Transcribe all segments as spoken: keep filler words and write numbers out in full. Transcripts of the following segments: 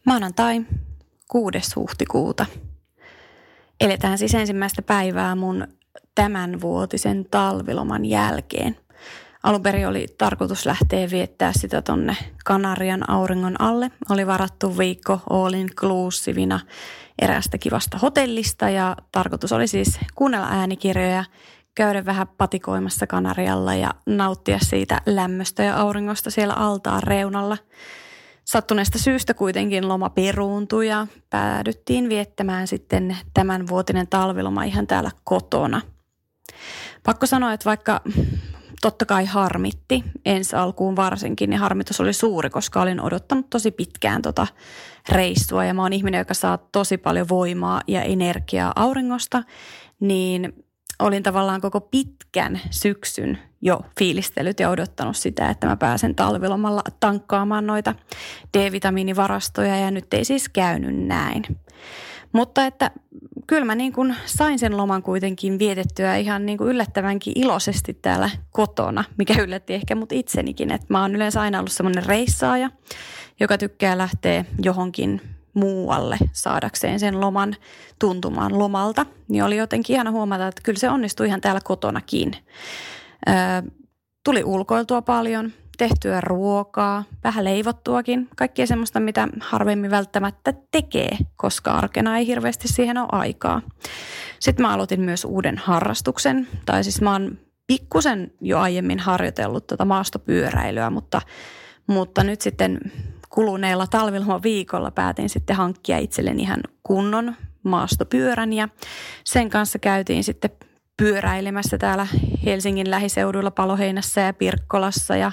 Maanantai, kuudes huhtikuuta. Eletään siis ensimmäistä päivää mun tämänvuotisen talviloman jälkeen. Alun perin oli tarkoitus lähteä viettää sitä tonne Kanarian auringon alle. Oli varattu viikko all inclusivina eräästä kivasta hotellista ja tarkoitus oli siis kuunnella äänikirjoja, käydä vähän patikoimassa Kanarialla ja nauttia siitä lämmöstä ja auringosta siellä altaan reunalla. Sattuneesta syystä kuitenkin loma peruuntui ja päädyttiin viettämään sitten tämänvuotinen talviloma ihan täällä kotona. Pakko sanoa, että vaikka totta kai harmitti, ensi alkuun varsinkin, niin harmitus oli suuri, koska olin odottanut tosi pitkään tota reissua ja mä oon ihminen, joka saa tosi paljon voimaa ja energiaa auringosta, niin olin tavallaan koko pitkän syksyn jo fiilistellyt ja odottanut sitä, että mä pääsen talvilomalla tankkaamaan noita D-vitamiinivarastoja ja nyt ei siis käynyt näin. Mutta että kyllä mä niin kuin sain sen loman kuitenkin vietettyä ihan niin kuin yllättävänkin iloisesti täällä kotona, mikä yllätti ehkä mut itsenikin. Että mä oon yleensä aina ollut semmoinen reissaaja, joka tykkää lähteä johonkin muualle saadakseen sen loman tuntumaan lomalta. Niin oli jotenkin ihana huomata, että kyllä se onnistui ihan täällä kotonakin. Öö, tuli ulkoiltua paljon, tehtyä ruokaa, vähän leivottuakin. Kaikkea semmoista, mitä harvemmin välttämättä tekee, koska arkena ei hirveästi siihen ole aikaa. Sitten mä aloitin myös uuden harrastuksen. Tai siis mä oon pikkusen jo aiemmin harjoitellut tuota maastopyöräilyä, mutta, mutta nyt sitten kuluneella talviloman viikolla päätin sitten hankkia itselleni ihan kunnon maastopyörän ja sen kanssa käytiin sitten pyöräilemässä täällä Helsingin lähiseuduilla Paloheinässä ja Pirkkolassa ja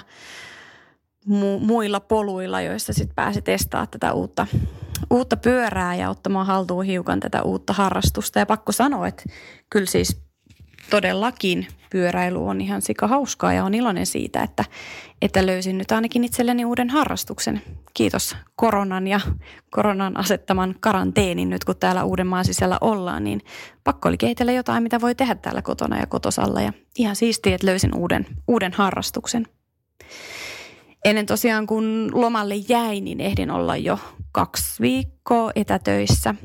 mu- muilla poluilla, joissa sitten pääsi testaamaan tätä uutta, uutta pyörää ja ottamaan haltuun hiukan tätä uutta harrastusta. Ja pakko sanoa, että kyllä siis todellakin pyöräily on ihan sika hauskaa ja on iloinen siitä, että, että löysin nyt ainakin itselleni uuden harrastuksen. Kiitos koronan ja koronan asettaman karanteenin nyt, kun täällä Uudenmaan sisällä ollaan, niin pakko oli kehitellä jotain, mitä voi tehdä täällä kotona ja kotosalla. Ja ihan siistiä, että löysin uuden, uuden harrastuksen. Ennen tosiaan, kun lomalle jäin, niin ehdin olla jo kaksi viikkoa etätöissä.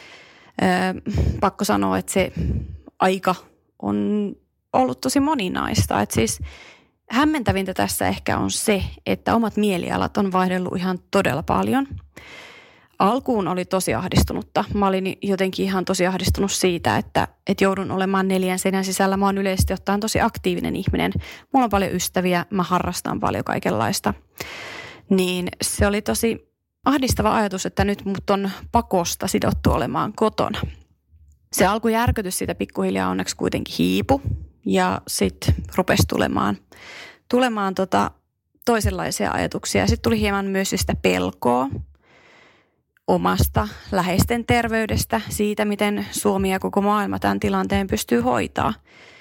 Öö, pakko sanoa, että se aika on ollut tosi moninaista. Että siis hämmentävintä tässä ehkä on se, että omat mielialat on vaihdellut ihan todella paljon. Alkuun oli tosi ahdistunutta. Mä olin jotenkin ihan tosi ahdistunut siitä, että, että joudun olemaan neljän seinän sisällä. Mä oon yleisesti ottaen tosi aktiivinen ihminen. Mulla on paljon ystäviä, mä harrastan paljon kaikenlaista. Niin se oli tosi ahdistava ajatus, että nyt mut on pakosta sidottu olemaan kotona. Se alkujärkytys siitä pikkuhiljaa onneksi kuitenkin hiipu ja sitten rupesi tulemaan, tulemaan tota toisenlaisia ajatuksia. Sitten tuli hieman myös sitä pelkoa omasta läheisten terveydestä, siitä miten Suomi ja koko maailma tämän tilanteen pystyy hoitaa.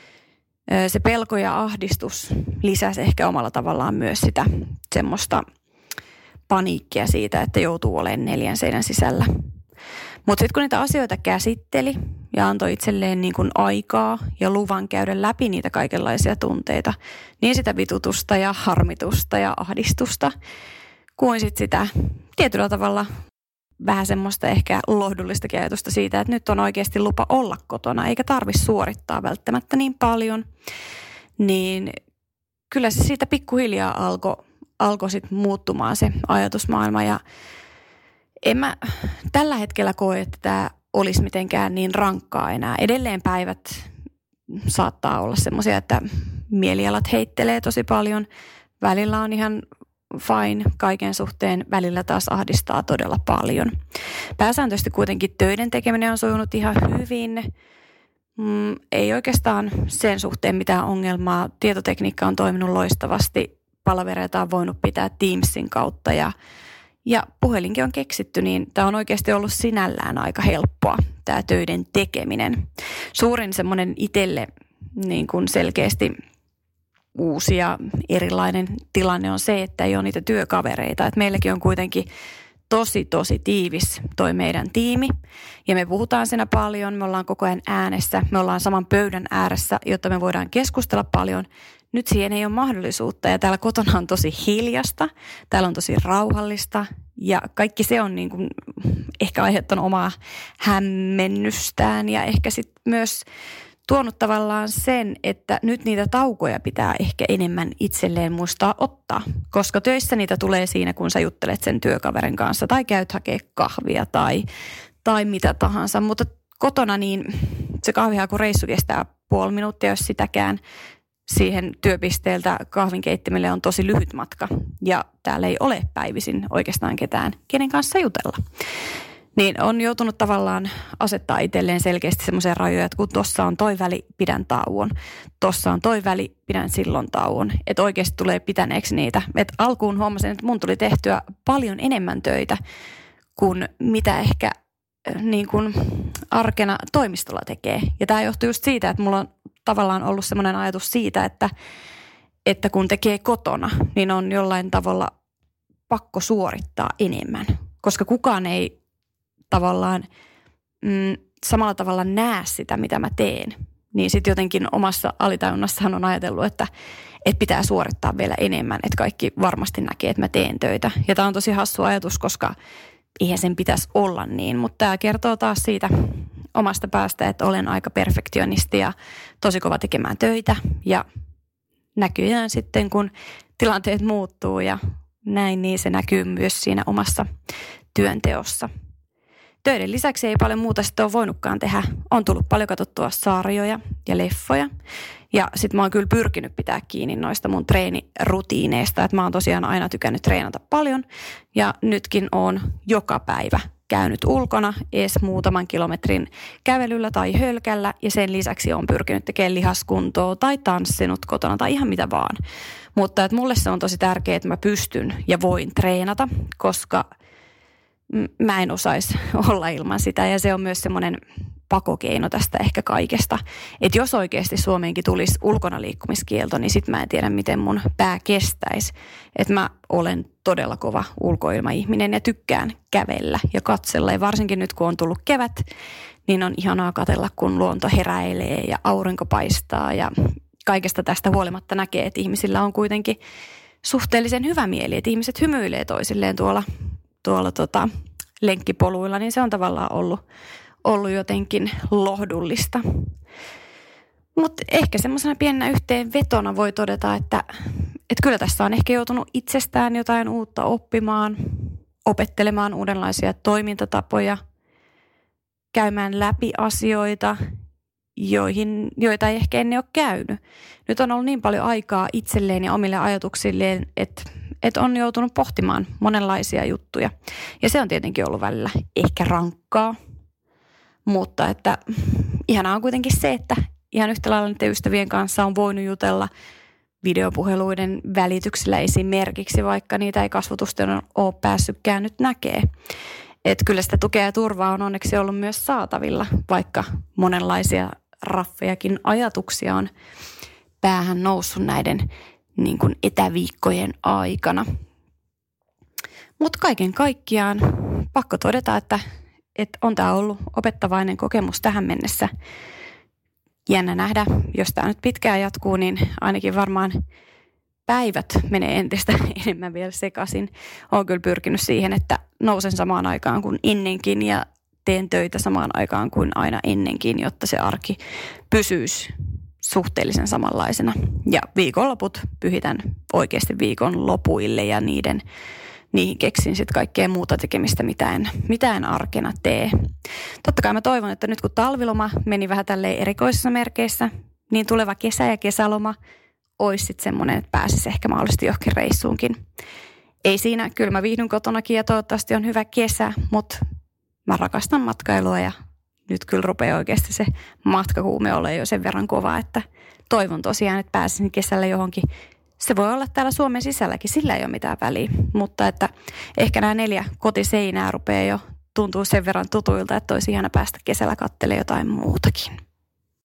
Se pelko ja ahdistus lisäsi ehkä omalla tavallaan myös sitä semmoista paniikkia siitä, että joutuu olemaan neljän seinän sisällä. Mutta sitten kun niitä asioita käsitteli ja antoi itselleen niin kuin aikaa ja luvan käydä läpi niitä kaikenlaisia tunteita, niin sitä vitutusta ja harmitusta ja ahdistusta, kuin sitten sitä tietyllä tavalla vähän semmoista ehkä lohdullista ajatusta siitä, että nyt on oikeasti lupa olla kotona, eikä tarvitse suorittaa välttämättä niin paljon, niin kyllä se siitä pikkuhiljaa alkoi alko sitten muuttumaan se ajatusmaailma ja en mä tällä hetkellä koe, että tämä olisi mitenkään niin rankkaa enää. Edelleen päivät saattaa olla semmoisia, että mielialat heittelee tosi paljon. Välillä on ihan fine kaiken suhteen, välillä taas ahdistaa todella paljon. Pääsääntöisesti kuitenkin töiden tekeminen on sujunut ihan hyvin. Mm, ei oikeastaan sen suhteen mitään ongelmaa. Tietotekniikka on toiminut loistavasti. Palavereita on voinut pitää Teamsin kautta ja Ja puhelinkin on keksitty, niin tämä on oikeasti ollut sinällään aika helppoa, tämä töiden tekeminen. Suurin semmoinen itselle niin kuin selkeästi uusi ja erilainen tilanne on se, että ei ole niitä työkavereita. Et meilläkin on kuitenkin tosi, tosi tiivis toi meidän tiimi ja me puhutaan siinä paljon, me ollaan koko ajan äänessä, me ollaan saman pöydän ääressä, jotta me voidaan keskustella paljon, nyt siihen ei ole mahdollisuutta ja täällä kotona on tosi hiljasta, täällä on tosi rauhallista ja kaikki se on niin kuin ehkä aiheuttanut omaa hämmennystään ja ehkä sitten myös tuonut tavallaan sen, että nyt niitä taukoja pitää ehkä enemmän itselleen muistaa ottaa, koska töissä niitä tulee siinä, kun sä juttelet sen työkaverin kanssa tai käyt hakea kahvia tai, tai mitä tahansa, mutta kotona niin se kahvihakureissu kestää puoli minuuttia, jos sitäkään. Siihen työpisteeltä kahvinkeittimelle on tosi lyhyt matka ja täällä ei ole päivisin oikeastaan ketään, kenen kanssa jutella. Niin on joutunut tavallaan asettaa itselleen selkeästi semmoisia rajoja, että kun tuossa on toi väli, pidän tauon. Tuossa on toi väli, pidän silloin tauon. Että oikeasti tulee pitäneeksi niitä. Että alkuun huomasin, että mun tuli tehtyä paljon enemmän töitä kuin mitä ehkä niin kuin arkena toimistolla tekee. Ja tämä johtuu just siitä, että mulla on tavallaan ollut semmoinen ajatus siitä, että, että kun tekee kotona, niin on jollain tavalla pakko suorittaa enemmän. Koska kukaan ei tavallaan mm, samalla tavalla näe sitä, mitä mä teen. Niin sitten jotenkin omassa alitajunnassahan on ajatellut, että, että pitää suorittaa vielä enemmän, että kaikki varmasti näkee, että mä teen töitä. Ja tämä on tosi hassu ajatus, koska eihän sen pitäisi olla niin, mutta tämä kertoo taas siitä omasta päästä, että olen aika perfektionisti ja tosi kova tekemään töitä. Ja näkyään sitten, kun tilanteet muuttuu ja näin, niin se näkyy myös siinä omassa työnteossa. Töiden lisäksi ei paljon muuta sitten ole voinutkaan tehdä. On tullut paljon katsottua sarjoja ja leffoja. Ja sitten mä oon kyllä pyrkinyt pitää kiinni noista mun treenirutiineista. Että mä oon tosiaan aina tykännyt treenata paljon. Ja nytkin oon joka päivä käynyt ulkona edes muutaman kilometrin kävelyllä tai hölkällä. Ja sen lisäksi oon pyrkinyt tekemään lihaskuntoa tai tanssinut kotona tai ihan mitä vaan. Mutta että mulle se on tosi tärkeää, että mä pystyn ja voin treenata, koska mä en osaisi olla ilman sitä ja se on myös semmoinen pakokeino tästä ehkä kaikesta. Että jos oikeasti Suomeenkin tulisi ulkona liikkumiskielto, niin sit mä en tiedä, miten mun pää kestäisi. Että mä olen todella kova ulkoilmaihminen ja tykkään kävellä ja katsella. Ja varsinkin nyt, kun on tullut kevät, niin on ihanaa katsella, kun luonto heräilee ja aurinko paistaa. Ja kaikesta tästä huolimatta näkee, että ihmisillä on kuitenkin suhteellisen hyvä mieli. Että ihmiset hymyilee toisilleen tuolla tuolla tota, lenkkipoluilla, niin se on tavallaan ollut, ollut jotenkin lohdullista. Mutta ehkä semmoisena pienenä yhteenvetona voi todeta, että, että kyllä tässä on ehkä joutunut itsestään jotain uutta oppimaan, opettelemaan uudenlaisia toimintatapoja, käymään läpi asioita, joihin, joita ei ehkä ennen ole käynyt. Nyt on ollut niin paljon aikaa itselleen ja omille ajatuksilleen, että että on joutunut pohtimaan monenlaisia juttuja. Ja se on tietenkin ollut välillä ehkä rankkaa, mutta että ihanaa on kuitenkin se, että ihan yhtä lailla niiden ystävien kanssa on voinut jutella videopuheluiden välityksellä esimerkiksi, vaikka niitä ei kasvotusten ole päässytkään nyt näkee. Että kyllä sitä tukea ja turvaa on onneksi ollut myös saatavilla, vaikka monenlaisia raffejakin ajatuksia on päähän noussut näiden niin kuin etäviikkojen aikana. Mutta kaiken kaikkiaan pakko todeta, että, että on tämä ollut opettavainen kokemus tähän mennessä. Jännä nähdä, jos tämä nyt pitkään jatkuu, niin ainakin varmaan päivät menee entistä enemmän vielä sekaisin. Olen kyllä pyrkinyt siihen, että nousen samaan aikaan kuin ennenkin ja teen töitä samaan aikaan kuin aina ennenkin, jotta se arki pysyisi suhteellisen samanlaisena. Ja viikonloput pyhitän oikeasti viikon lopuille ja niiden, niihin keksin sitten kaikkea muuta tekemistä, mitä en, mitä en arkena tee. Totta kai mä toivon, että nyt kun talviloma meni vähän tälleen erikoisissa merkeissä, niin tuleva kesä ja kesäloma olisi sitten semmoinen, että pääsisi ehkä mahdollisesti johonkin reissuunkin. Ei siinä, kyllä mä viihdyn kotonakin ja toivottavasti on hyvä kesä, mutta mä rakastan matkailua ja nyt kyllä rupeaa oikeasti se matkakuume olla jo sen verran kova, että toivon tosiaan, että pääsisin kesällä johonkin. Se voi olla täällä Suomen sisälläkin, sillä ei ole mitään väliä, mutta että ehkä nämä neljä kotiseinää rupeaa jo tuntuu sen verran tutuilta, että olisi ihana päästä kesällä katselemaan jotain muutakin.